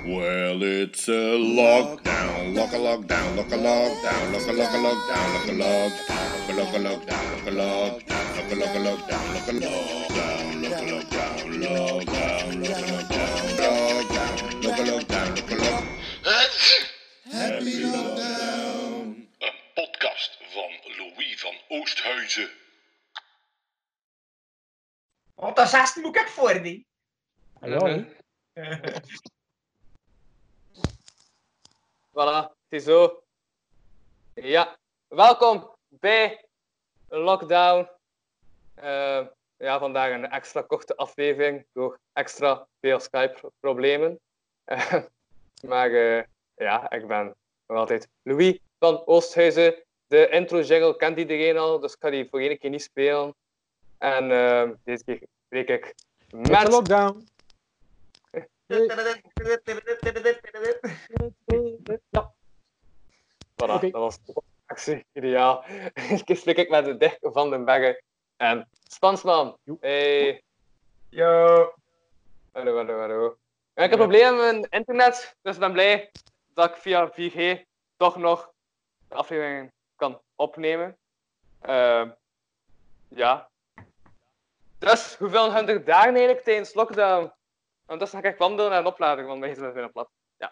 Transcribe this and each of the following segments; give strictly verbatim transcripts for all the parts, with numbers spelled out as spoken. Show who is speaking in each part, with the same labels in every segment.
Speaker 1: Well, it's a lockdown, lock a lockdown, lock a lockdown, lock a lock a lockdown, lock a lockdown, lock a lockdown, lock a lockdown, lock a lock a lockdown, lock a lockdown, lock a lockdown, lockdown, lock a lockdown, lockdown, lock a lockdown, lock a lock. Happy lockdown.
Speaker 2: Een podcast van Louis van Oosthuizen.
Speaker 3: Want dat zesde moet ik voor die.
Speaker 4: Ja,
Speaker 5: Voilà, het is zo. Ja, welkom bij Lockdown. Uh, ja, vandaag een extra korte aflevering door extra veel Skype-problemen. Uh, maar uh, ja, ik ben nog altijd Louis van Oosthuizen. De intro-jingle kent iedereen al, dus ik ga die voor één keer niet spelen. En uh, deze keer spreek ik met...
Speaker 4: Lockdown.
Speaker 5: Ja. Voilà,
Speaker 4: Okay.
Speaker 5: dat was actie ideaal. Eerst spreek ik met de Dirk van den Bergen en Spansman. Hey.
Speaker 3: Yo.
Speaker 5: Hallo, hallo, hallo. Ja, ik heb problemen met internet, dus ik ben blij dat ik via vier G toch nog de aflevering kan opnemen. Uh, ja. Dus, hoeveel honderd dagen eigenlijk tijdens lockdown? Ondertussen ga ik wandelen en opladen, want mijn gsm is bijna plat. Ja.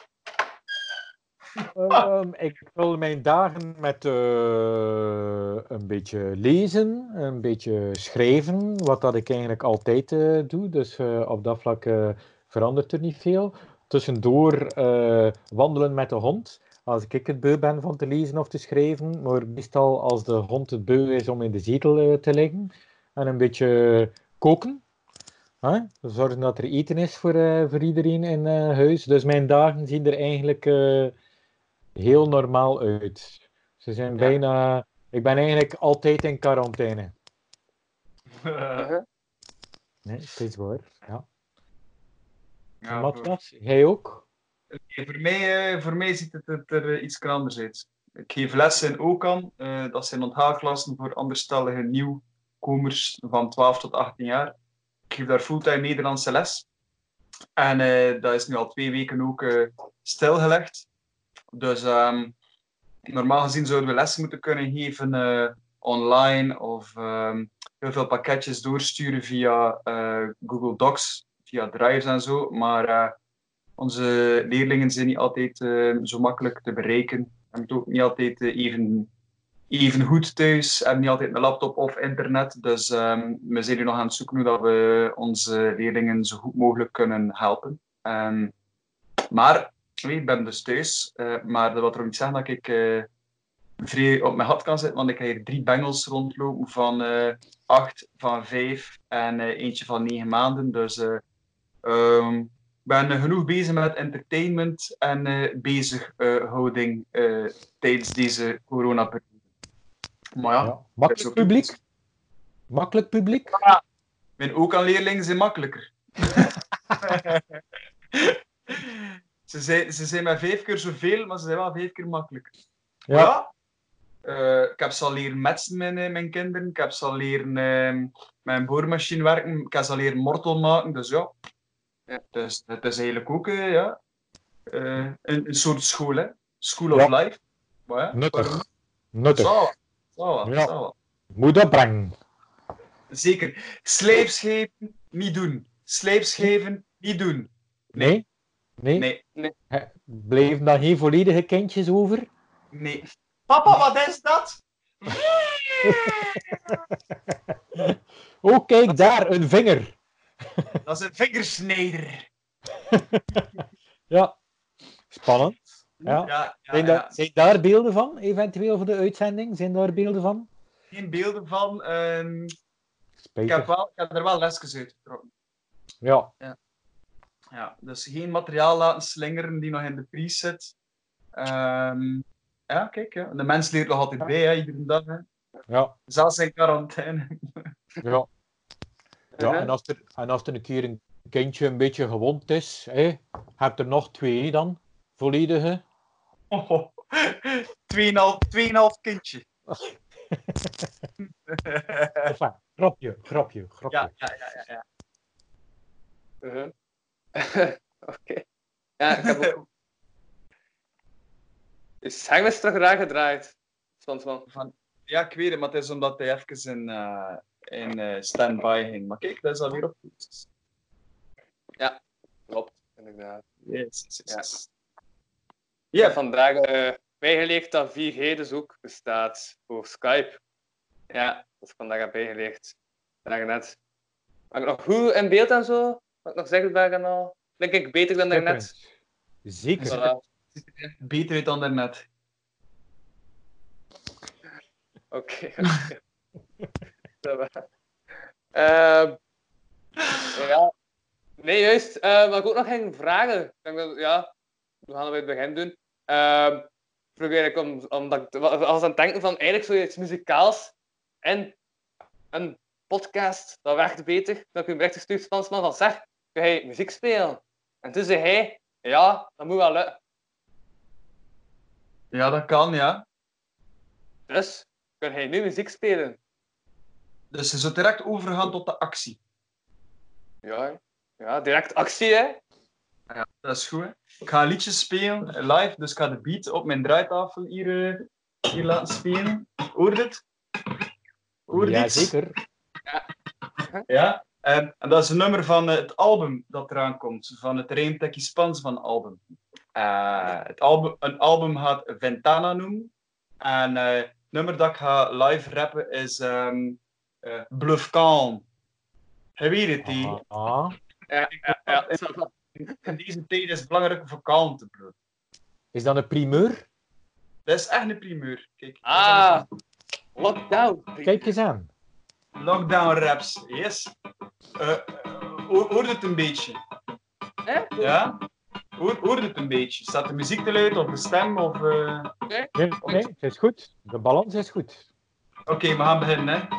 Speaker 4: Um, ik vul mijn dagen met uh, een beetje lezen, een beetje schrijven, wat dat ik eigenlijk altijd uh, doe. Dus uh, op dat vlak uh, verandert er niet veel. Tussendoor uh, wandelen met de hond. Als ik het beu ben van te lezen of te schrijven, maar meestal als de hond het beu is om in de zetel uh, te liggen. En een beetje koken. Huh? Zorgen dat er eten is voor, uh, voor iedereen in uh, huis. Dus mijn dagen zien er eigenlijk uh, heel normaal uit. Ze zijn ja. bijna... Ik ben eigenlijk altijd in quarantaine.
Speaker 3: Uh,
Speaker 4: Nee, steeds waar. Ja.
Speaker 3: ja,
Speaker 4: Matthias, voor... jij ook?
Speaker 3: Voor mij, uh, voor mij ziet het, het er uh, iets anders uit. Ik geef lessen in Okan. Uh, dat zijn onthaalklassen voor anderstalige nieuwkomers van twaalf tot achttien jaar. Ik geef daar fulltime Nederlandse les. En uh, dat is nu al twee weken ook uh, stilgelegd. Dus um, normaal gezien zouden we lessen moeten kunnen geven uh, online of um, heel veel pakketjes doorsturen via uh, Google Docs, via Drives en zo. Maar uh, onze leerlingen zijn niet altijd uh, zo makkelijk te bereiken. En moeten ook niet altijd uh, even... even goed thuis, hebben niet altijd een laptop of internet. Dus um, we zijn nu nog aan het zoeken hoe dat we onze leerlingen zo goed mogelijk kunnen helpen. Um, maar, ik ben dus thuis. Uh, maar dat wil erom niet zeggen dat ik uh, vrij op mijn gat kan zitten, want ik heb hier drie bengels rondlopen van uh, acht, van vijf en uh, eentje van negen maanden. Dus ik uh, um, ben uh, genoeg bezig met entertainment en uh, bezighouding uh, tijdens deze coronaperiode. Maar ja,
Speaker 4: ja. Makkelijk publiek? Iets. Makkelijk publiek?
Speaker 3: Ja, mijn ook aan leerlingen zijn makkelijker. ze, zijn, ze zijn maar vijf keer zoveel, maar ze zijn wel vijf keer makkelijker. Ja. ja uh, ik heb ze al leren metsen, mijn, mijn kinderen. Ik heb ze al leren uh, met een boormachine werken. Ik heb ze al leren mortel maken. Dus ja, ja. Dus, het is eigenlijk ook uh, ja, uh, een, een soort school, hè. School of
Speaker 4: ja.
Speaker 3: life. Maar ja,
Speaker 4: nuttig. Nuttig.
Speaker 3: Zo. Zo,
Speaker 4: ja.
Speaker 3: zo.
Speaker 4: Moet opbrengen.
Speaker 3: Zeker. Slijpschepen, niet doen. Slijpschepen, niet doen.
Speaker 4: Nee? Nee?
Speaker 3: Nee. nee.
Speaker 4: nee. Blijven daar geen volledige kindjes over?
Speaker 3: Nee. Papa, wat is dat?
Speaker 4: Oh, kijk daar, een vinger.
Speaker 3: Dat is een vingersnijder.
Speaker 4: Ja. Spannend. Ja.
Speaker 3: Ja, ja,
Speaker 4: zijn,
Speaker 3: ja.
Speaker 4: daar, zijn daar beelden van, eventueel voor de uitzending? Zijn daar beelden van?
Speaker 3: Geen beelden van. Um, ik, heb wel, ik heb er wel lesjes uitgetrokken.
Speaker 4: Ja.
Speaker 3: ja. Ja, dus geen materiaal laten slingeren die nog in de pries zit. Um, ja, kijk, ja. De mens leert nog altijd bij, hè, iedere dag. Hè.
Speaker 4: Ja.
Speaker 3: Zelfs in quarantaine.
Speaker 4: Ja. Ja, en als er, en als er een keer een kindje een beetje gewond is, hè, heb je er nog twee dan, volledige.
Speaker 3: Oh, oh. Tweeënhalf, tweeënhalf kindje.
Speaker 4: Enfin, grapje, grapje, grapje.
Speaker 3: Ja, ja, ja, ja. ja.
Speaker 5: Uh-huh. Oké. Okay. Ja, ik heb ook... Is Hennis terug raar gedraaid? Spansman.
Speaker 3: Van, ja, ik weet het, maar het is omdat hij even in, uh, in uh, stand-by ging. Maar kijk, dat is alweer op.
Speaker 5: Ja, klopt, inderdaad.
Speaker 3: Yes, yes, yes.
Speaker 5: Ja. Ik heb vandaag uh, bijgeleerd dat vier G dus ook bestaat voor Skype. Ja, dat is vandaag heb bijgeleerd. Daarnet. Maar ik nog goed in beeld en zo, wat ik nog zichtbaar en al. Denk ik beter dan daarnet.
Speaker 4: Zeker.
Speaker 5: Voilà.
Speaker 3: Ziet er echt beter uit dan daarnet.
Speaker 5: Oké. uh, ja. Nee, juist. Uh, wat ik ook nog ging vragen. Ik denk dat, ja, we gaan het bij het begin doen. Uh, vroeg eigenlijk om, omdat ik was aan het denken van eigenlijk zoiets muzikaals en een podcast, dat werkt beter. Dat ik een bericht gestuurd Spansman van zeg, kun jij muziek spelen? En toen zei hij, ja, dat moet wel lukken.
Speaker 3: Ja, dat kan, ja.
Speaker 5: Dus, kun jij nu muziek spelen?
Speaker 3: Dus je zou direct overgaan tot de actie.
Speaker 5: Ja, ja, direct actie, hè?
Speaker 3: Ja, dat is goed, hè. Ik ga een liedje spelen, live, dus ik ga de beat op mijn draaitafel hier, hier laten spelen. Hoor dit? Hoor
Speaker 4: Ja,
Speaker 3: dit?
Speaker 4: zeker.
Speaker 5: Ja.
Speaker 3: Ja, en, en dat is een nummer van uh, het album dat eraan komt, van het Rijmtekkie Spans van album. Uh, het album. Een album gaat Ventana noemen. En uh, het nummer dat ik ga live rappen is um, uh, Bluff Calm. Je weet het, die.
Speaker 5: Ah. Ja, ja, ja.
Speaker 3: In deze tijd is het belangrijk voor kalm te bluffen.
Speaker 4: Is dat een primeur?
Speaker 3: Dat is echt een primeur. Kijk,
Speaker 5: ah, lockdown.
Speaker 4: Kijk eens aan.
Speaker 3: Lockdown raps, yes. Uh, uh, hoort het een beetje?
Speaker 5: Eh?
Speaker 3: Ja? Hoor, hoor het een beetje? Staat de muziek te luid of de stem? Of, uh...
Speaker 5: Nee,
Speaker 4: nee, nee, het is goed. De balans is goed.
Speaker 3: Oké, okay, we gaan beginnen, hè.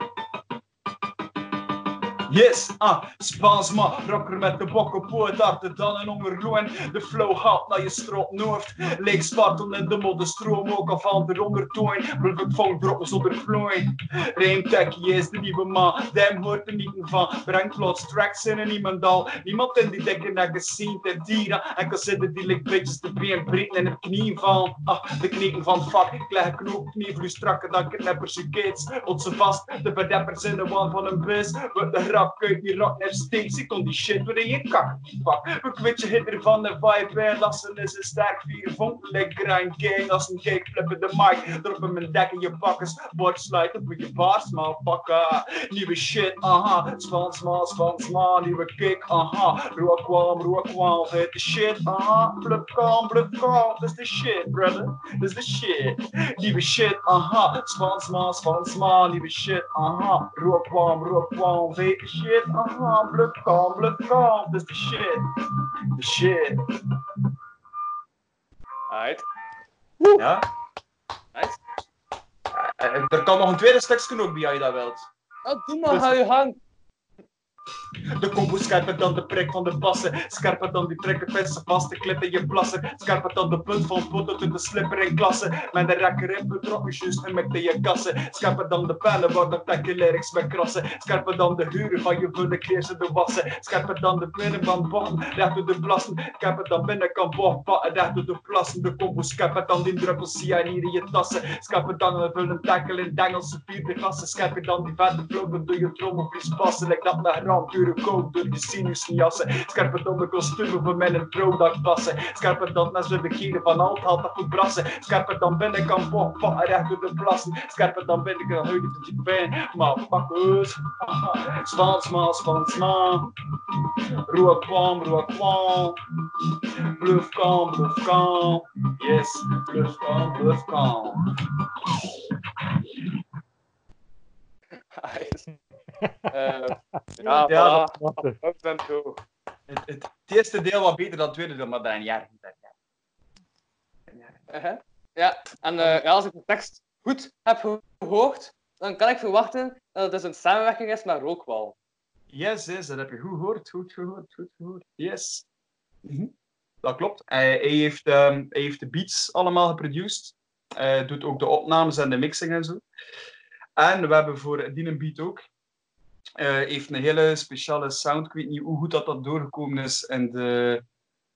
Speaker 3: Yes, ah, Spansma, rocker met de bokken, poot, harder dan een hongerloon. De flow gaat naar je stroopnoord, leek spartel in de modderstroom, ook al van de ondertoon. Blijf het vang droppen zonder vloeien. Rijmtekkie is de nieuwe man, dem hoort er niet van. Brengt plots tracks in en niemand al. Niemand in die dikke nekken zien te dieren. En kan zitten die lik bitches te been breken in het knie van. Ah, de kneten van het vak, ik leg een knoop, knie strakker dan knappers je kids. Tot ze vast, de bedeppers in de wand van een bus. Wat de rap uit die rock naar steeds, ik kon die shit weer in je kak. Fuck, we kwitje hitter van de vibe en lassen is een sterk vier vonk. Leg grind gang als een cake, flippen de mic. Drop hem een dek in je bakkers, bord sluit op je bars, motherfucker. Nieuwe shit, aha, Spansma, Spansma, nieuwe kick, aha. Rook kwam, rook kwam, hit the shit, aha. Bluff calm, bluff calm, that's the shit, brother, that's the shit. Nieuwe shit, aha, Spansma, Spansma, nieuwe shit, aha. Rook kwam, rook kwam, hit the shit. Uh-huh, bluff calm, bluff calm, that's the shit. The shit.
Speaker 5: Alright.
Speaker 3: Ja?
Speaker 5: Nice.
Speaker 3: Uh, er kan nog een tweede stukje ook bij als je dat wilt.
Speaker 5: Oh, doe maar, hou je gang.
Speaker 3: De combo scherper dan de prik van de bassen. Scherper dan die prikken, pissen vast de klip in je plassen. Scherper dan de punt van poten tot de slipper in klassen. Met de rekker in betrokken, juist en met je kassen. Scherper dan de pijlen waar de tekken lyrics met krassen. Scherper dan de huren van je vullen kleersen de wassen. Scherper dan de binnen van botten, recht door de blassen. Scherper dan binnen kan bochtpatten, recht door de plassen. De combo scherper dan die druppels cyanide in je tassen. Scherper dan een vullen tackle in Engelse vierde klasse. Scherper dan die vette vlogen door je trommelvlies passen. Lijkt dat naar ramp. Kook door die sinussen jassen. Scherper dan de kostumen voor mijn product passen. Scherper dan net zo de gieren van alt had dat goed brassen. Scherper dan ben ik aan bocht, pakken recht door de plassen. Scherper dan ben ik een huid tot je pijn. Maar pakkers. Spansma, Spansma. Rook kwam, rook kwam. Bluff kwam, bluff kwam. Yes, bluff kwam, bluff kwam.
Speaker 5: Uh, ja,
Speaker 3: ja,
Speaker 5: voilà. Dat bent goed.
Speaker 3: Het, het, het eerste deel was beter dan het tweede deel, maar dan een jaar.
Speaker 5: Uh-huh. Ja, en uh, ja, als ik de tekst goed heb gehoord, dan kan ik verwachten dat het dus een samenwerking is met Rookwal.
Speaker 3: Yes, yes, dat heb je goed gehoord, goed gehoord, goed gehoord. Yes. Mm-hmm. Dat klopt. Hij, hij, heeft, um, hij heeft de beats allemaal geproduced. Hij doet ook de opnames en de mixing en zo. En we hebben voor die beat ook. Uh, heeft een hele speciale sound. Ik weet niet hoe goed dat, dat doorgekomen is in de,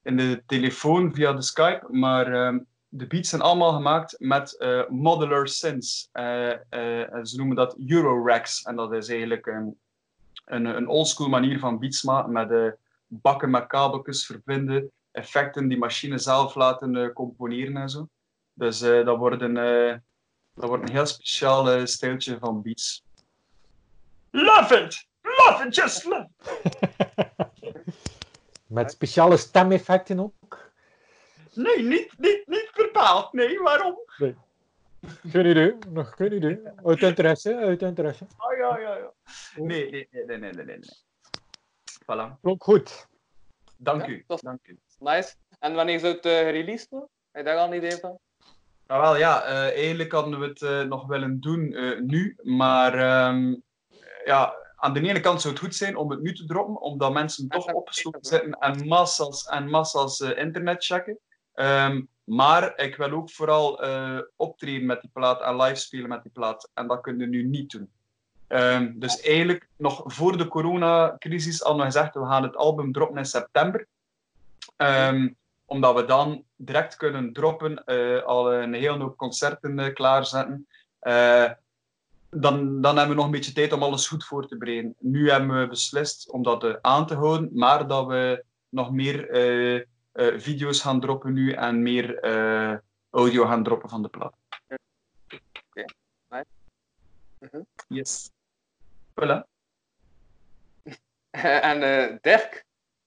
Speaker 3: in de telefoon via de Skype, maar um, de beats zijn allemaal gemaakt met uh, modular synths. Uh, uh, ze noemen dat Euroracks en dat is eigenlijk een, een, een oldschool manier van beats maken met uh, bakken met kabeltjes verbinden, effecten die machine zelf laten uh, componeren en zo. Dus uh, dat, wordt een, uh, dat wordt een heel speciaal uh, stijltje van beats. Love it! Love it! Just love it!
Speaker 4: Met speciale stemeffecten ook?
Speaker 3: Nee, niet, niet, niet bepaald. Nee, waarom?
Speaker 4: Nee. Geen idee, nog geen idee. Uit interesse, uit interesse.
Speaker 3: Oh ja, ja, ja. Nee, nee, nee, nee, nee, nee. nee. Voilà.
Speaker 4: Ook goed.
Speaker 3: Dank
Speaker 5: Ja,
Speaker 3: u.
Speaker 5: dat is
Speaker 3: Dank u.
Speaker 5: Nice. En wanneer zou het uh, gereleased worden? Heb je daar al een idee van?
Speaker 3: Nou wel, ja, uh, eigenlijk hadden we het uh, nog willen doen uh, nu, maar um, ja, aan de ene kant zou het goed zijn om het nu te droppen, omdat mensen toch opgesloten zitten en massas en massas uh, internet checken. Um, maar ik wil ook vooral uh, optreden met die plaat en live spelen met die plaat. En dat kunnen we nu niet doen. Um, dus eigenlijk, nog voor de coronacrisis hadden we gezegd, we gaan het album droppen in september. Um, omdat we dan direct kunnen droppen, uh, al een hele hoop concerten uh, klaarzetten. Uh, dan, dan hebben we nog een beetje tijd om alles goed voor te bereiden. Nu hebben we beslist om dat uh, aan te houden, maar dat we nog meer uh, uh, video's gaan droppen nu en meer uh, audio gaan droppen van de plaat.
Speaker 5: Oké, okay. Nice. Uh-huh.
Speaker 3: Yes. Voilà.
Speaker 5: En uh, Dirk?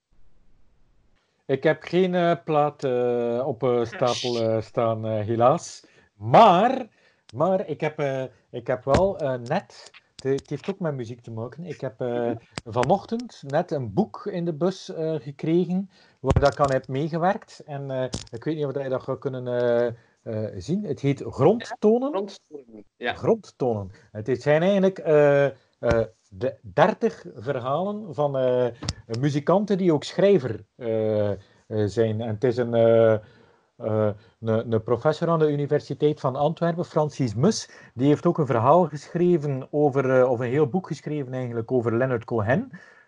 Speaker 4: Ik heb geen uh, plaat uh, op uh, stapel uh, staan, uh, helaas. Maar, maar ik, heb, uh, ik heb wel uh, net, het heeft ook met muziek te maken, ik heb uh, vanochtend net een boek in de bus uh, gekregen waar dat ik aan heb meegewerkt. En uh, ik weet niet of je dat gaat kunnen uh, uh, zien. Het heet Grondtonen.
Speaker 5: Ja, grondtonen. Ja.
Speaker 4: Grondtonen. Het zijn eigenlijk uh, uh, de dertig verhalen van uh, muzikanten die ook schrijver uh, uh, zijn. En het is een, uh, uh, een, een professor aan de Universiteit van Antwerpen, Francis Mus, die heeft ook een verhaal geschreven over, uh, of een heel boek geschreven eigenlijk over Leonard Cohen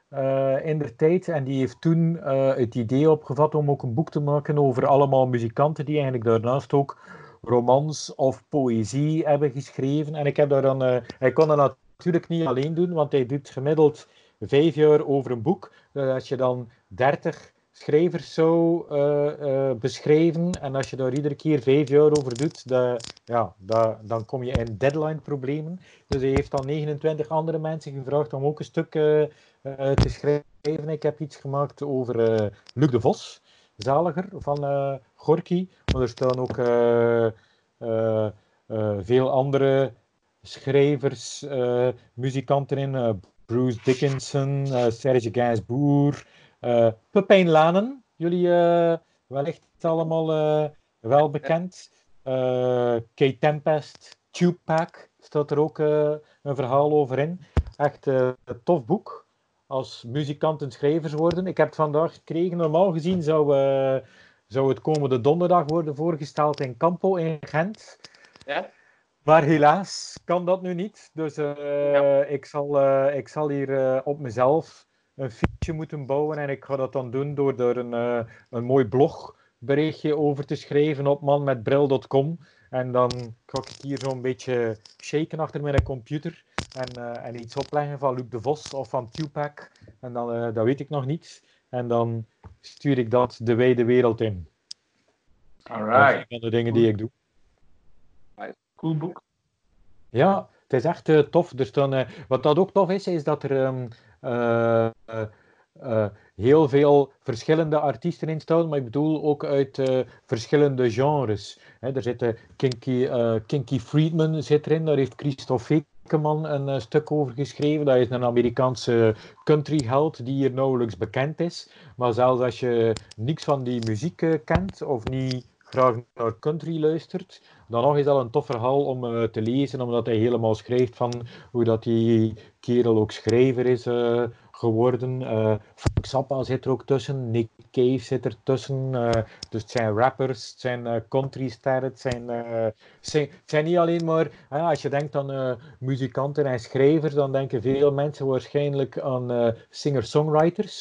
Speaker 4: uh, in der tijd. En die heeft toen uh, het idee opgevat om ook een boek te maken over allemaal muzikanten die eigenlijk daarnaast ook romans of poëzie hebben geschreven. En ik heb daar dan, uh, hij kon dat natuurlijk niet alleen doen, want hij doet gemiddeld vijf jaar over een boek. Dus als je dan dertig schrijvers zou uh, uh, beschrijven en als je daar iedere keer vijf jaar over doet, dat, ja, dat, dan kom je in deadline-problemen. Dus hij heeft dan negenentwintig andere mensen gevraagd om ook een stuk uh, uh, te schrijven. Ik heb iets gemaakt over uh, Luc de Vos, zaliger, van uh, Gorky. Maar er staan ook uh, uh, uh, veel andere schrijvers, uh, muzikanten in, uh, Bruce Dickinson, uh, Serge Gainsbourg, uh, Pepijn Lanen, jullie uh, wellicht allemaal uh, wel bekend. Uh, Kate Tempest, Tupac, staat er ook uh, een verhaal over in. Echt uh, een tof boek, als muzikanten schrijvers worden. Ik heb het vandaag gekregen, normaal gezien zou, uh, zou het komende donderdag worden voorgesteld in Campo in Gent.
Speaker 5: Ja?
Speaker 4: Maar helaas kan dat nu niet. Dus uh, ja. ik, zal, uh, ik zal hier uh, op mezelf een fietsje moeten bouwen. En ik ga dat dan doen door er een, uh, een mooi blogberichtje over te schrijven op man met bril punt com. En dan ga ik het hier zo'n beetje shaken achter mijn computer. En, uh, en iets opleggen van Luc de Vos of van Tupac. En dan, uh, dat weet ik nog niet. En dan stuur ik dat de wijde wereld in.
Speaker 3: Alright.
Speaker 4: Dat zijn van de dingen die ik doe.
Speaker 3: Cool boek.
Speaker 4: Ja, het is echt uh, tof. Er staan, uh, wat dat ook tof is, is dat er um, uh, uh, uh, heel veel verschillende artiesten in staan, maar ik bedoel ook uit uh, verschillende genres. He, er zit uh, Kinky, uh, Kinky Friedman zit erin, daar heeft Christophe Ekeman een uh, stuk over geschreven. Dat is een Amerikaanse countryheld die hier nauwelijks bekend is. Maar zelfs als je niks van die muziek uh, kent of niet graag naar country luistert, dan nog is dat een tof verhaal om uh, te lezen, omdat hij helemaal schrijft van hoe dat die kerel ook schrijver is uh, geworden. Uh, Frank Zappa zit er ook tussen, Nick Cave zit er tussen. Uh, dus het zijn rappers, het zijn uh, countrysterren, het zijn, uh, zijn, het zijn niet alleen maar, uh, als je denkt aan uh, muzikanten en schrijvers, dan denken veel mensen waarschijnlijk aan uh, singer-songwriters.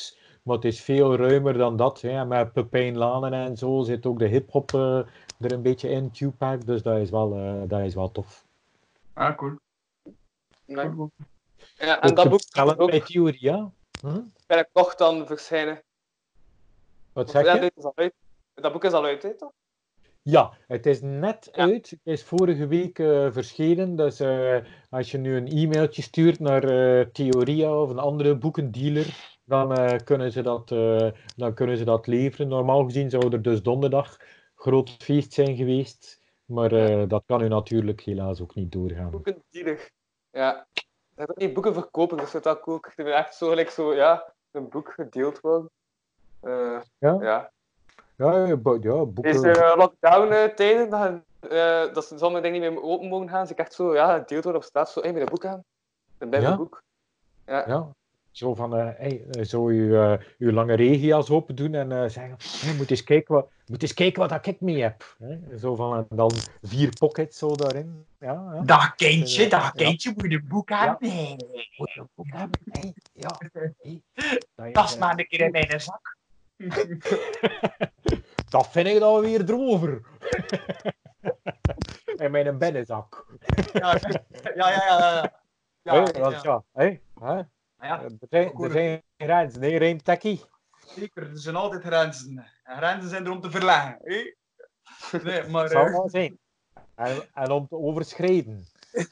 Speaker 4: maar het is veel ruimer dan dat. Hè. Met Pepijn Lanen en zo zit ook de hip-hop uh, er een beetje in, Tupac, dus dat is wel, uh, dat is wel tof.
Speaker 3: Ah, cool.
Speaker 5: Nee.
Speaker 3: cool, cool.
Speaker 5: Ja, en
Speaker 4: ook
Speaker 5: dat boek
Speaker 4: talent
Speaker 5: ook
Speaker 4: bij Theorie, ja? Hm?
Speaker 5: binnenkort dan verschijnen.
Speaker 4: Wat
Speaker 5: Of,
Speaker 4: zeg
Speaker 5: ja,
Speaker 4: je?
Speaker 5: dit is al uit. Dat boek is al uit, hè, toch?
Speaker 4: Ja, het is net
Speaker 5: Ja.
Speaker 4: uit. Het is vorige week uh, verschenen. Dus uh, als je nu een e-mailtje stuurt naar uh, Theoria of een andere boekendealer, dan, uh, kunnen ze dat, uh, dan kunnen ze dat leveren. Normaal gezien zou er dus donderdag groot feest zijn geweest. Maar uh, ja. dat kan u natuurlijk helaas ook niet doorgaan.
Speaker 5: Boekendealer. Ja. Dat is niet boeken verkopen, dus dat ook ook. Het is echt zo, like zo, ja, een boek gedeeld worden. Uh,
Speaker 4: ja?
Speaker 5: ja.
Speaker 4: Ja, ja, boeken...
Speaker 5: Deze uh, lockdown-tijden, dat, uh, dat sommige dingen niet meer open mogen gaan, zie ik echt zo, ja, gedeeld worden op straat, zo, hey, met een boek aan. Een bij
Speaker 4: ja?
Speaker 5: mijn boek. Ja.
Speaker 4: ja. Zo van, uh, hey, zo je uh, uw lange regia's open doen en uh, zeggen, hey, moet eens kijken wat, moet eens kijken wat ik mee heb. Hè? Zo van, en dan vier pockets zo daarin. Ja, ja.
Speaker 3: Dag kindje,
Speaker 4: uh,
Speaker 3: dag
Speaker 4: ja.
Speaker 3: kindje, moet je een boek hebben?
Speaker 4: Ja. Moet je een boek hebben? Hey, ja. Hey.
Speaker 3: Dat, dat is maar een keer in mijn zak.
Speaker 4: Dat vind ik dan weer erover. En mijn binnenzak.
Speaker 3: Ja, ja, ja, ja. ja.
Speaker 4: Ja, hey, ja. ja. Hey, hè?
Speaker 3: Ja,
Speaker 4: er zijn, er zijn grenzen, nee, Rein Tekkie.
Speaker 3: Zeker, er zijn altijd grenzen. En grenzen zijn er om te verleggen. Hey? Nee, maar...
Speaker 4: Het zal wel zijn. En, en om te overschrijden.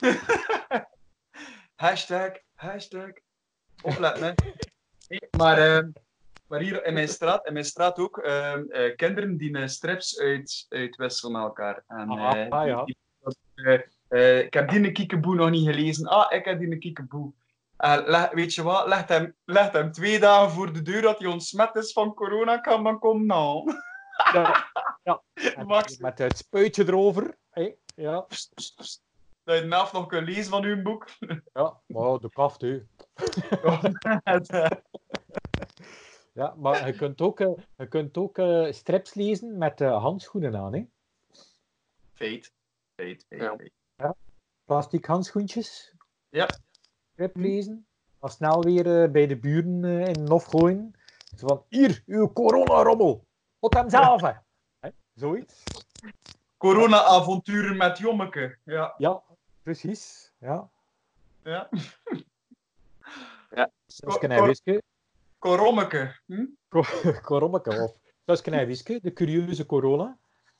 Speaker 3: hashtag, hashtag. Opletten, hè. Hey, maar, uh, maar hier in mijn straat, in mijn straat ook, uh, uh, kinderen die uh, strips uit, uitwisselen met elkaar. En, uh,
Speaker 4: ah, ah, ja.
Speaker 3: die, uh, uh, ik heb die een kiekeboe nog niet gelezen. Ah, ik heb die een kiekeboe. Uh, leg, weet je wat, leg hem, leg hem twee dagen voor de deur dat hij ontsmet is van corona, kan dan komen nou.
Speaker 4: Ja, ja. Met, met het spuitje erover. Hey, ja.
Speaker 3: Pst, pst, pst. Dat je de helft nog kunt lezen van uw boek.
Speaker 4: Ja, maar de kaft, hè. Ja, maar je kunt ook, uh, je kunt ook uh, strips lezen met uh, handschoenen aan, hè.
Speaker 3: Feit. Feit, feit,
Speaker 5: ja.
Speaker 3: feit.
Speaker 4: Ja. Plastic handschoentjes.
Speaker 3: Ja.
Speaker 4: Strip lezen. Dan snel weer uh, bij de buren uh, in Nof gooien. Zo van, hier, uw corona-rommel. Tot hem zelf, hè. Hè? Zoiets.
Speaker 3: Corona-avonturen met Jommeke. Ja.
Speaker 4: Ja, precies. Ja.
Speaker 3: Ja.
Speaker 5: Ja.
Speaker 4: Suske en Wiske.
Speaker 3: Korommeke. Hm?
Speaker 4: Korommeke of Suske en Wiske, de curieuze corona.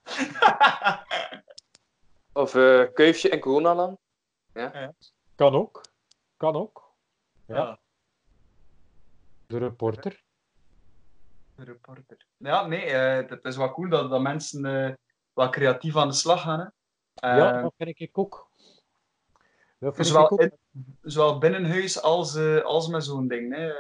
Speaker 5: Of uh, Kuifje en Coronaland. Ja.
Speaker 3: Ja.
Speaker 4: Kan ook. Kan ook. Ja.
Speaker 3: Ja.
Speaker 4: De reporter.
Speaker 3: De reporter. Ja, nee, uh, het is wel cool dat, dat mensen uh, wel creatief aan de slag gaan. Hè. Uh,
Speaker 4: Ja, dat vind ik ook. Dat vind
Speaker 3: zowel,
Speaker 4: ik ook.
Speaker 3: in, zowel binnenhuis als, uh, als met zo'n ding. Hè.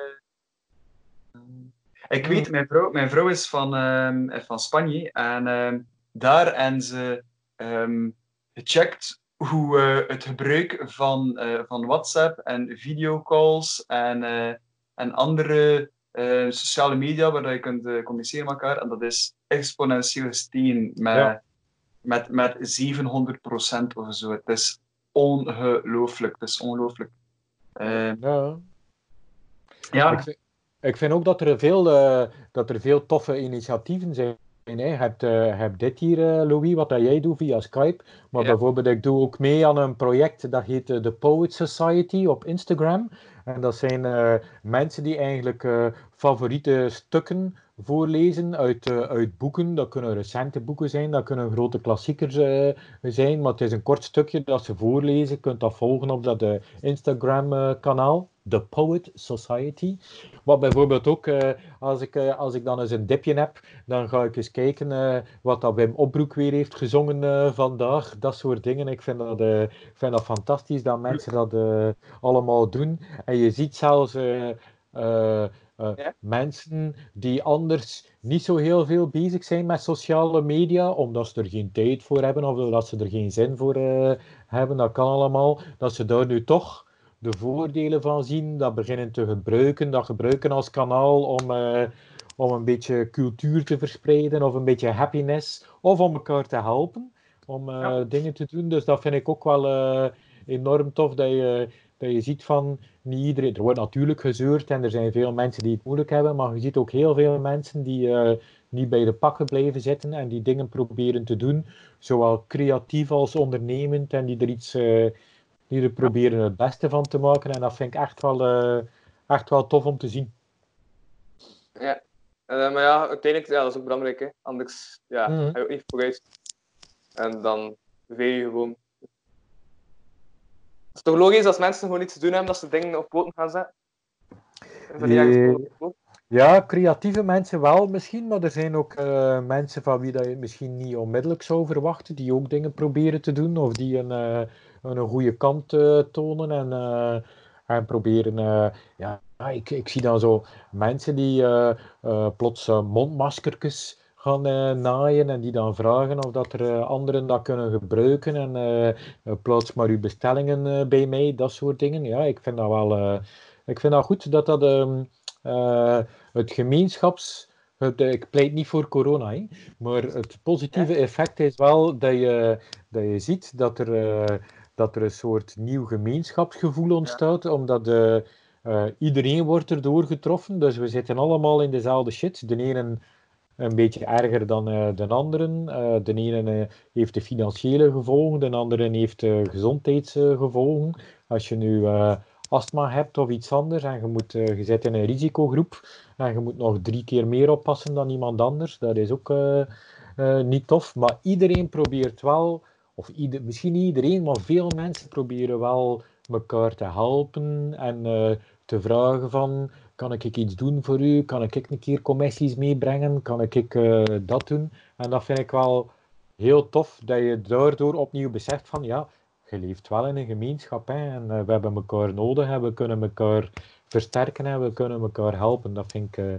Speaker 3: Ik weet, mijn vrouw, mijn vrouw is van, uh, van Spanje en uh, daar hebben ze um, gecheckt hoe uh, het gebruik van, uh, van WhatsApp en videocalls en, uh, en andere uh, sociale media waar je kunt uh, communiceren met elkaar, en dat is exponentieel gestegen met,
Speaker 4: Ja.
Speaker 3: met, met zevenhonderd procent of zo. Het is ongelooflijk. Het is ongelooflijk. Uh,
Speaker 4: Ja.
Speaker 3: ja.
Speaker 4: Ik vind, ik vind ook dat er veel, uh, dat er veel toffe initiatieven zijn. Hè. Je hebt, uh, je hebt dit hier, uh, Louis, wat dat jij doet via Skype. Maar
Speaker 5: Ja.
Speaker 4: bijvoorbeeld, ik doe ook mee aan een project dat heet uh, The Poet Society op Instagram. En dat zijn uh, mensen die eigenlijk uh, favoriete stukken voorlezen uit, uh, uit boeken. Dat kunnen recente boeken zijn, dat kunnen grote klassiekers uh, zijn. Maar het is een kort stukje dat ze voorlezen. Je kunt dat volgen op dat uh, Instagram-kanaal. The Poet Society. Wat bijvoorbeeld ook, uh, als, ik, uh, als ik dan eens een dipje heb, dan ga ik eens kijken uh, wat dat Wim Opbroek weer heeft gezongen uh, vandaag. Dat soort dingen. Ik vind dat, uh, ik vind dat fantastisch dat mensen dat uh, allemaal doen. En je ziet zelfs uh, uh, uh, ja? mensen die anders niet zo heel veel bezig zijn met sociale media, omdat ze er geen tijd voor hebben of dat ze er geen zin voor uh, hebben. Dat kan allemaal. Dat ze daar nu toch de voordelen van zien, dat beginnen te gebruiken, dat gebruiken als kanaal om, uh, om een beetje cultuur te verspreiden of een beetje happiness, of om elkaar te helpen om uh, ja. dingen te doen. Dus dat vind ik ook wel uh, enorm tof, dat je, Dat je ziet van, niet iedereen... Er wordt natuurlijk gezeurd en er zijn veel mensen die het moeilijk hebben, maar je ziet ook heel veel mensen die uh, niet bij de pakken blijven zitten en die dingen proberen te doen, zowel creatief als ondernemend, en die er iets... Uh, die er proberen het beste van te maken. En dat vind ik echt wel, uh, echt wel tof om te zien.
Speaker 5: Ja, uh, maar ja, uiteindelijk, ja, dat is ook belangrijk. Hè. Anders ja,
Speaker 4: Mm-hmm.
Speaker 5: ga je ook niet vooruit. En dan veer je gewoon. Het is toch logisch als mensen gewoon iets te doen hebben, dat ze dingen op poten gaan zetten? Is dat niet ergens op poten?
Speaker 4: Ja, creatieve mensen wel misschien, maar er zijn ook uh, mensen van wie dat je het misschien niet onmiddellijk zou verwachten, die ook dingen proberen te doen, of die een, uh, een goede kant uh, tonen en, uh, en proberen... Uh, ja, ik, ik zie dan zo mensen die uh, uh, plots uh, mondmaskertjes gaan uh, naaien en die dan vragen of dat er uh, anderen dat kunnen gebruiken en uh, uh, plaats maar uw bestellingen uh, bij mij, dat soort dingen. Ja, ik vind dat wel... Uh, ik vind dat goed dat dat... Um, uh, het gemeenschaps... Het, ik pleit niet voor corona, hè, maar het positieve effect is wel dat je, dat je ziet dat er, uh, dat er een soort nieuw gemeenschapsgevoel ontstaat, ja. Omdat uh, uh, iedereen wordt erdoor getroffen, dus we zitten allemaal in dezelfde shit. De ene een beetje erger dan uh, de anderen. Uh, de ene uh, heeft de financiële gevolgen, de andere heeft uh, gezondheidsgevolgen. Als je nu... Uh, astma hebt of iets anders en je, moet, uh, je zit in een risicogroep en je moet nog drie keer meer oppassen dan iemand anders, dat is ook uh, uh, niet tof. Maar iedereen probeert wel, of ieder, misschien niet iedereen, maar veel mensen proberen wel elkaar te helpen en uh, te vragen van, kan ik iets doen voor u? Kan ik een keer commissies meebrengen? Kan ik uh, dat doen? En dat vind ik wel heel tof, dat je daardoor opnieuw beseft van, ja, je leeft wel in een gemeenschap, hè, en uh, we hebben elkaar nodig en we kunnen elkaar versterken en we kunnen elkaar helpen. Dat vind ik uh,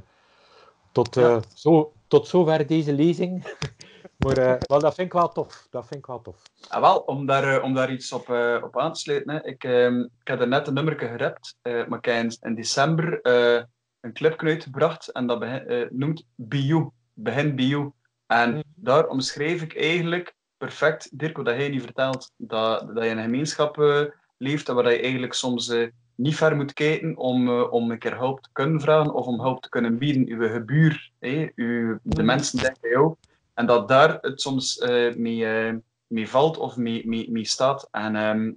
Speaker 4: tot, uh, ja. zo, tot zover deze lezing. maar uh, wel, dat vind ik wel tof. Dat vind ik wel tof.
Speaker 3: Ah, wel, om daar, uh, om daar iets op, uh, op aan te sluiten. Hè. Ik, uh, ik heb er net een nummerke gerapt, uh, maar ik heb in, in december uh, een clipje uitgebracht en dat begin, uh, noemt Bio. Begin Bio. En mm. daar omschreef ik eigenlijk perfect, Dirk, dat jij niet vertelt, dat, dat je in een gemeenschap uh, leeft en waar je eigenlijk soms uh, niet ver moet kijken om, uh, om een keer hulp te kunnen vragen of om hulp te kunnen bieden. Uw gebuur, hey, uw, de mensen denken jou. En dat daar het soms uh, mee, uh, mee valt of mee, mee, mee staat. En um,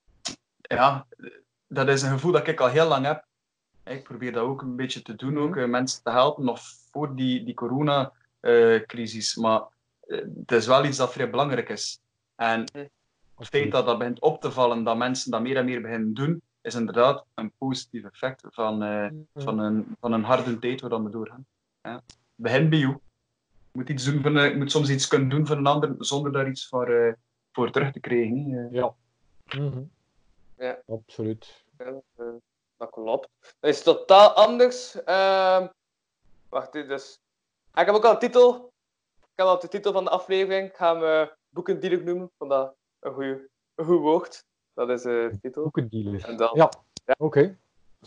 Speaker 3: ja, dat is een gevoel dat ik al heel lang heb. Ik probeer dat ook een beetje te doen, ook uh, mensen te helpen, nog voor die, die corona-crisis. Uh, maar uh, het is wel iets dat vrij belangrijk is. En het feit dat dat begint op te vallen, dat mensen dat meer en meer beginnen doen, is inderdaad een positief effect van, uh, van, een, van een harde tijd waar we doorgaan. Ja. Begin bij jou. Je moet, iets doen van, uh, je moet soms iets kunnen doen voor een ander zonder daar iets voor, uh, voor terug te krijgen. Uh.
Speaker 4: Ja. Mm-hmm.
Speaker 5: Ja,
Speaker 4: absoluut.
Speaker 5: Ja, dat, uh, dat klopt. Dat is totaal anders. Uh, wacht, dus. Ik heb ook al de titel. Ik heb al de titel van de aflevering. Ik ga hem uh, boekendealer noemen. Vond dat een, goeie, een goed woord. Dat is uh, de titel.
Speaker 4: Boekendealer.
Speaker 5: En dan,
Speaker 4: ja,
Speaker 5: ja.
Speaker 4: oké. Okay.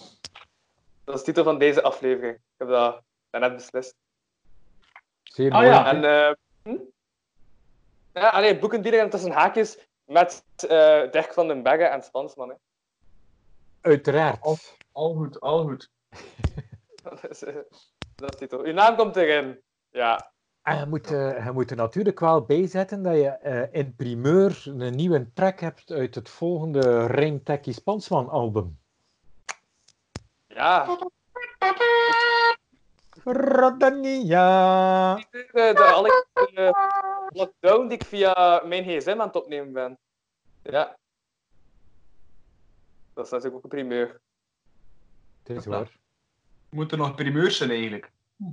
Speaker 5: Dat is de titel van deze aflevering. Ik heb dat net beslist.
Speaker 4: Zeer
Speaker 5: ah,
Speaker 4: mooi.
Speaker 5: Ja. En, uh, hm? Ja, alleen boekendealer en tussen haakjes met uh, Dirk van den Begge en Spansman. Hè.
Speaker 4: Uiteraard.
Speaker 3: Al, al goed, al goed.
Speaker 5: dat, is, uh, dat is titel. Uw naam komt erin. Ja.
Speaker 4: En je moet, uh, je moet er natuurlijk wel bij zetten dat je uh, in primeur een nieuwe track hebt uit het volgende Rijmtekkie Spansman album.
Speaker 5: Ja.
Speaker 4: Rodania.
Speaker 5: De, de, alle de lockdown die ik via mijn gsm aan het opnemen ben. Ja. Dat is natuurlijk ook een primeur.
Speaker 4: Het is waar.
Speaker 3: Moet er nog primeurs zijn eigenlijk?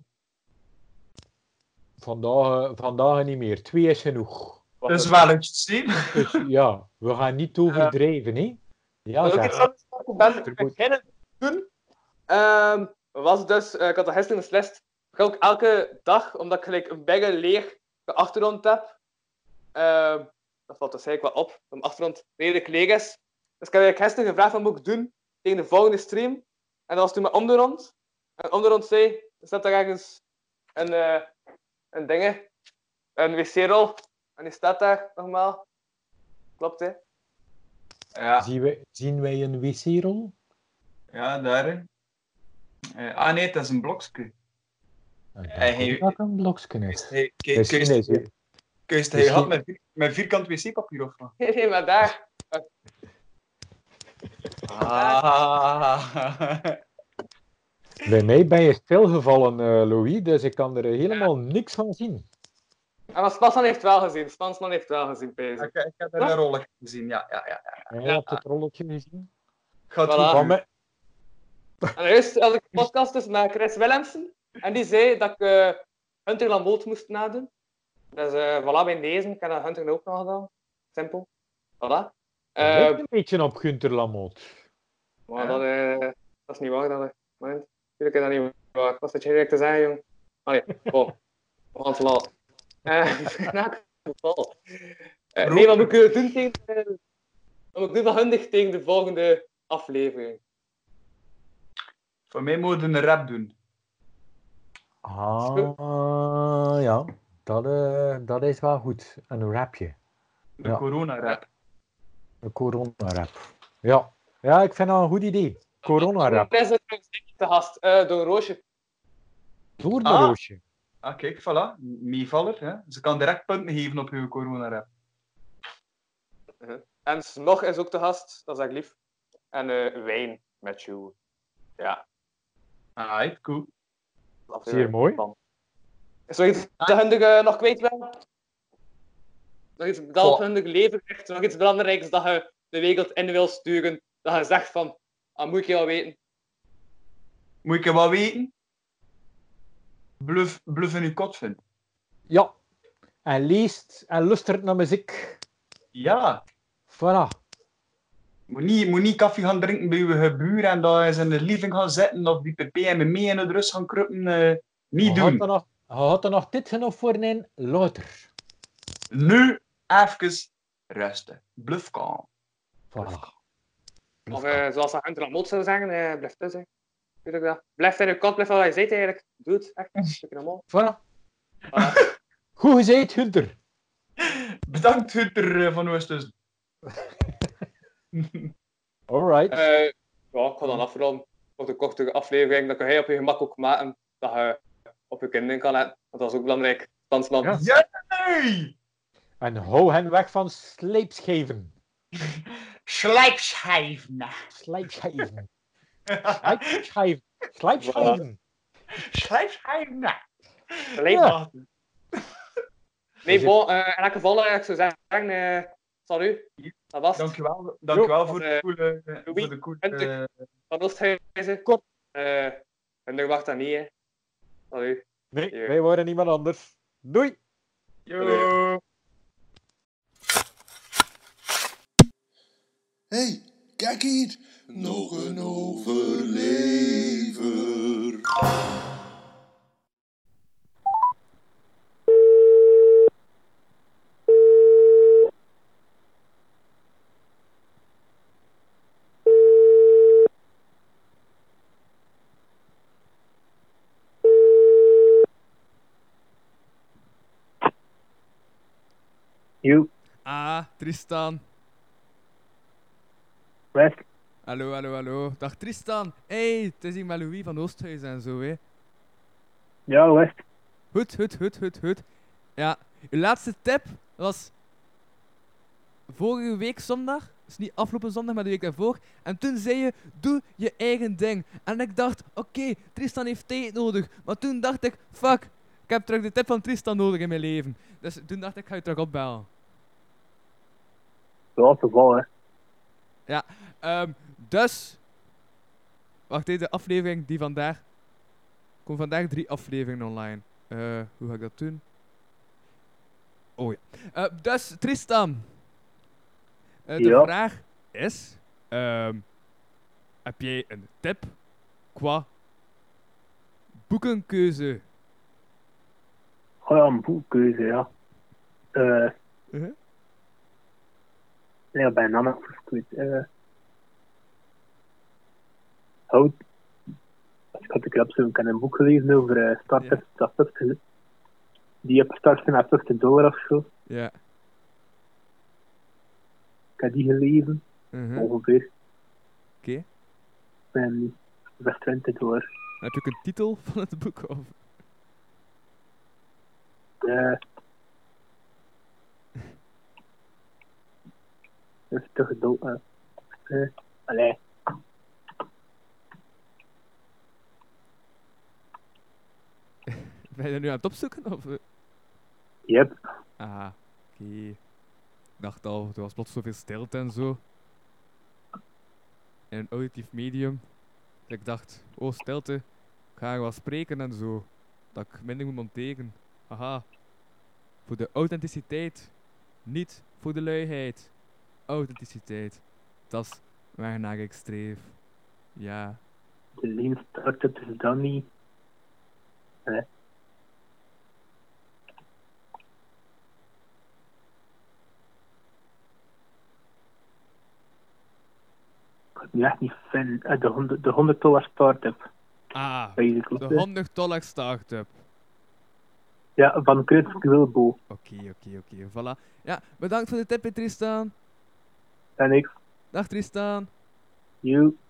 Speaker 4: Vandaag, vandaag niet meer. Twee is genoeg.
Speaker 3: Dat is wel een zien.
Speaker 4: Dus ja, we gaan niet overdrijven, hè? Ja,
Speaker 5: zeg. Iets anders wat ik ben beginnen doen. Um, was dus, uh, ik had dat gisteren beslist. Ik ga ook elke dag, omdat ik gelijk een beetje leer de achtergrond heb. Uh, dat valt dus eigenlijk wel op, dat mijn achtergrond redelijk leeg is. Dus ik heb eigenlijk gisteren gevraagd wat moet ik doen tegen de volgende stream. En dat was toen met om de rond. En om de rond zei, er staat daar ergens een, uh, een ding, een wc-rol. En die staat daar nogmaals. Klopt, hè?
Speaker 3: Ja,
Speaker 4: Zien wij, zien wij een wc-rol?
Speaker 3: ja daar. hè. Eh, ah nee, dat is een blokje.
Speaker 4: Ik
Speaker 3: Hij-
Speaker 4: denk
Speaker 3: hij-
Speaker 4: ook dat het een blokje is.
Speaker 3: Hey, kijk,
Speaker 4: Misschien is
Speaker 3: Kuist,
Speaker 4: het...
Speaker 3: Kuist, hij
Speaker 4: misschien-
Speaker 3: had met, vier- met vierkant wc-papier of wat?
Speaker 5: Nee, nee, maar daar.
Speaker 3: Ah.
Speaker 4: Bij mij ben je stilgevallen, eh, Louis, dus ik kan er helemaal niks van zien.
Speaker 5: En maar Spansman heeft wel gezien. Spansman heeft wel gezien, Peter.
Speaker 3: Ik, ik heb er een rolletje gezien, ja, ja, ja.
Speaker 4: En jij hebt het rolletje gezien?
Speaker 3: Gaat
Speaker 5: Voilà.
Speaker 3: goed.
Speaker 4: Van mij...
Speaker 5: En juist had ik een podcast dus met Chris Willemsen. En die zei dat ik uh, Hunter Lamoot moest nadoen. Dus uh, voilà, bij deze. Ik heb dat Hunter ook nog gedaan. Simpel. Voilà.
Speaker 4: Het
Speaker 5: Uh,
Speaker 4: lijkt een beetje op Gunther Lamoot.
Speaker 5: maar ja. dat, uh, dat is niet waar. Dat, moment. Natuurlijk is dat niet waar. Ik was het direct te zeggen, jong. Allee, oh. We gaan het laten. Uh, in elk geval. Uh, nee, wat moet ik doen tegen... Uh, wat moet ik doen van Hunter tegen de volgende aflevering?
Speaker 3: Voor mij moet je een rap doen.
Speaker 4: Ah, ja. Dat, uh, dat is wel goed. Een rapje.
Speaker 3: De
Speaker 4: Ja.
Speaker 3: corona-rap.
Speaker 4: Een corona-rap. Ja. Ja, ik vind dat een goed idee. Corona-rap.
Speaker 5: Ik ben te gast uh, door Roosje.
Speaker 4: Door de
Speaker 3: Ah.
Speaker 4: Roosje.
Speaker 3: Ah, kijk, voilà. Meevaller. Hè? Ze kan direct punten geven op uw corona-rap.
Speaker 5: Uh-huh. En Snog is ook te gast. Dat is echt lief. En uh, Wijn met jou. Ja.
Speaker 3: Ah, cool.
Speaker 4: Zeer mooi.
Speaker 5: Is er iets dat Hundig uh, nog kwijt wil? Nog iets dat op Hundig leven ligt? Nog iets belangrijks dat je de wereld in wil sturen? Dat je zegt van, ah, moet ik je wel weten?
Speaker 3: Moet ik je wel weten? Bluff, bluff in uw kot vindt.
Speaker 4: Ja. En leest en luistert naar muziek.
Speaker 3: Ja.
Speaker 4: Voilà.
Speaker 3: Moet niet, moet niet koffie gaan drinken bij uw buren en daar eens in de living gaan zitten of die pp en mee in de rust gaan kruppen. Uh, niet
Speaker 4: je
Speaker 3: doen.
Speaker 4: Had nog, je had er nog dit genoeg voor een later.
Speaker 3: Nu even rusten. Bluff kalm.
Speaker 4: Voilà.
Speaker 5: Of uh, zoals dat Hunter Lamoot zou zeggen, uh, blijf tussen. Dat. Blijf in je kant, blijf wat je zegt eigenlijk. Doe het, echt. Een stukje normaal.
Speaker 4: Voilà.
Speaker 5: Voilà.
Speaker 4: Goed gezegd, Hunter.
Speaker 3: Bedankt, Hunter van Oosthuizen.
Speaker 4: Alright.
Speaker 5: Uh, ja, ik ga dan afronden. Voor de korte aflevering, dan kan jij op je gemak ook maken dat je op je kinderen kan letten. Want dat is ook belangrijk. Stansman.
Speaker 3: Ja. Yay!
Speaker 4: En hou hen weg van sleepscheven.
Speaker 3: Slijpschijven.
Speaker 4: Slijpscheven. Slijpscheven. Slijpscheven.
Speaker 3: Slijpschijven.
Speaker 5: Ja. Nee, bon, uh, in elk geval, uh, ik zou zeggen, uh, salut. Dat was het.
Speaker 3: Dankjewel, dankjewel voor,
Speaker 5: uh,
Speaker 3: de coole, uh, voor de coole... Uh...
Speaker 5: Van Oosthuizen.
Speaker 4: Kort.
Speaker 5: Uh, en nu wacht dat niet, hè. Salut.
Speaker 4: Nee,
Speaker 5: Yo.
Speaker 4: wij worden niemand anders. Doei.
Speaker 3: Yo.
Speaker 1: Hey, kijk hier. Nog een overlever.
Speaker 6: Yo,
Speaker 7: Ah, Tristan.
Speaker 6: West.
Speaker 7: Hallo, hallo, hallo. Dag Tristan. Hey, het is hier met Louis van Oosthuizen en zo, hè.
Speaker 6: Ja, West.
Speaker 7: Goed, goed, goed, goed, goed. Ja, uw laatste tip was vorige week zondag. Dus niet afgelopen zondag, maar de week daarvoor. En toen zei je, doe je eigen ding. En ik dacht, oké, okay, Tristan heeft tijd nodig. Maar toen dacht ik, fuck, ik heb terug de tip van Tristan nodig in mijn leven. Dus toen dacht ik, ik ga je terug opbellen.
Speaker 6: Zoals het geval, hè.
Speaker 7: Ja, um, dus... Wacht even, de aflevering die vandaag... Er komen vandaag drie afleveringen online. Uh, hoe ga ik dat doen? Oh ja. Uh, dus, Tristan. Uh, de
Speaker 6: Ja.
Speaker 7: vraag is... Um, heb jij een tip qua boekenkeuze?
Speaker 6: Oh ja, een boekkeuze, ja. Eh...
Speaker 7: Uh-huh.
Speaker 6: Ja, bij naam nog goed. Uh, houd. Ik had een keer opzoeken, ik heb een boek gelezen over uh, start-ups.
Speaker 7: Ja.
Speaker 6: Yeah. Die op starten naar vijftig dollar of zo.
Speaker 7: Ja.
Speaker 6: Ik heb die gelezen.
Speaker 7: Mhm.
Speaker 6: ongeveer.
Speaker 7: Oké.
Speaker 6: Ik ben nu zeg twintig jaar.
Speaker 7: Heb je ook een titel van het boek? Of?
Speaker 6: Ja. Dat is te gedood. Uh, uh, allee.
Speaker 7: Ben je dat nu aan het opzoeken? Of? eh?
Speaker 6: Yep.
Speaker 7: Ah, oké. Ik dacht al, er was plots zoveel stilte en zo. In een auditief medium. Dat ik dacht, oh stilte, ik ga wel spreken en zo. Dat ik minder moet monteren. Aha. Voor de authenticiteit. Niet voor de luiheid. Authenticiteit. Dat is waarnaar ik streef. Ja.
Speaker 6: De lean startup is dan niet. Uh, ik kan het nu echt niet vinden. Uh, de, honderd, de honderd dollar startup.
Speaker 7: Ah,
Speaker 6: Basically.
Speaker 7: de honderd dollar startup.
Speaker 6: Ja, van Chris Wilbo.
Speaker 7: Oké, oké, oké. Voilà. Ja, bedankt voor de tip, hè, Tristan.
Speaker 6: En ik.
Speaker 7: Dag Tristan.
Speaker 6: You.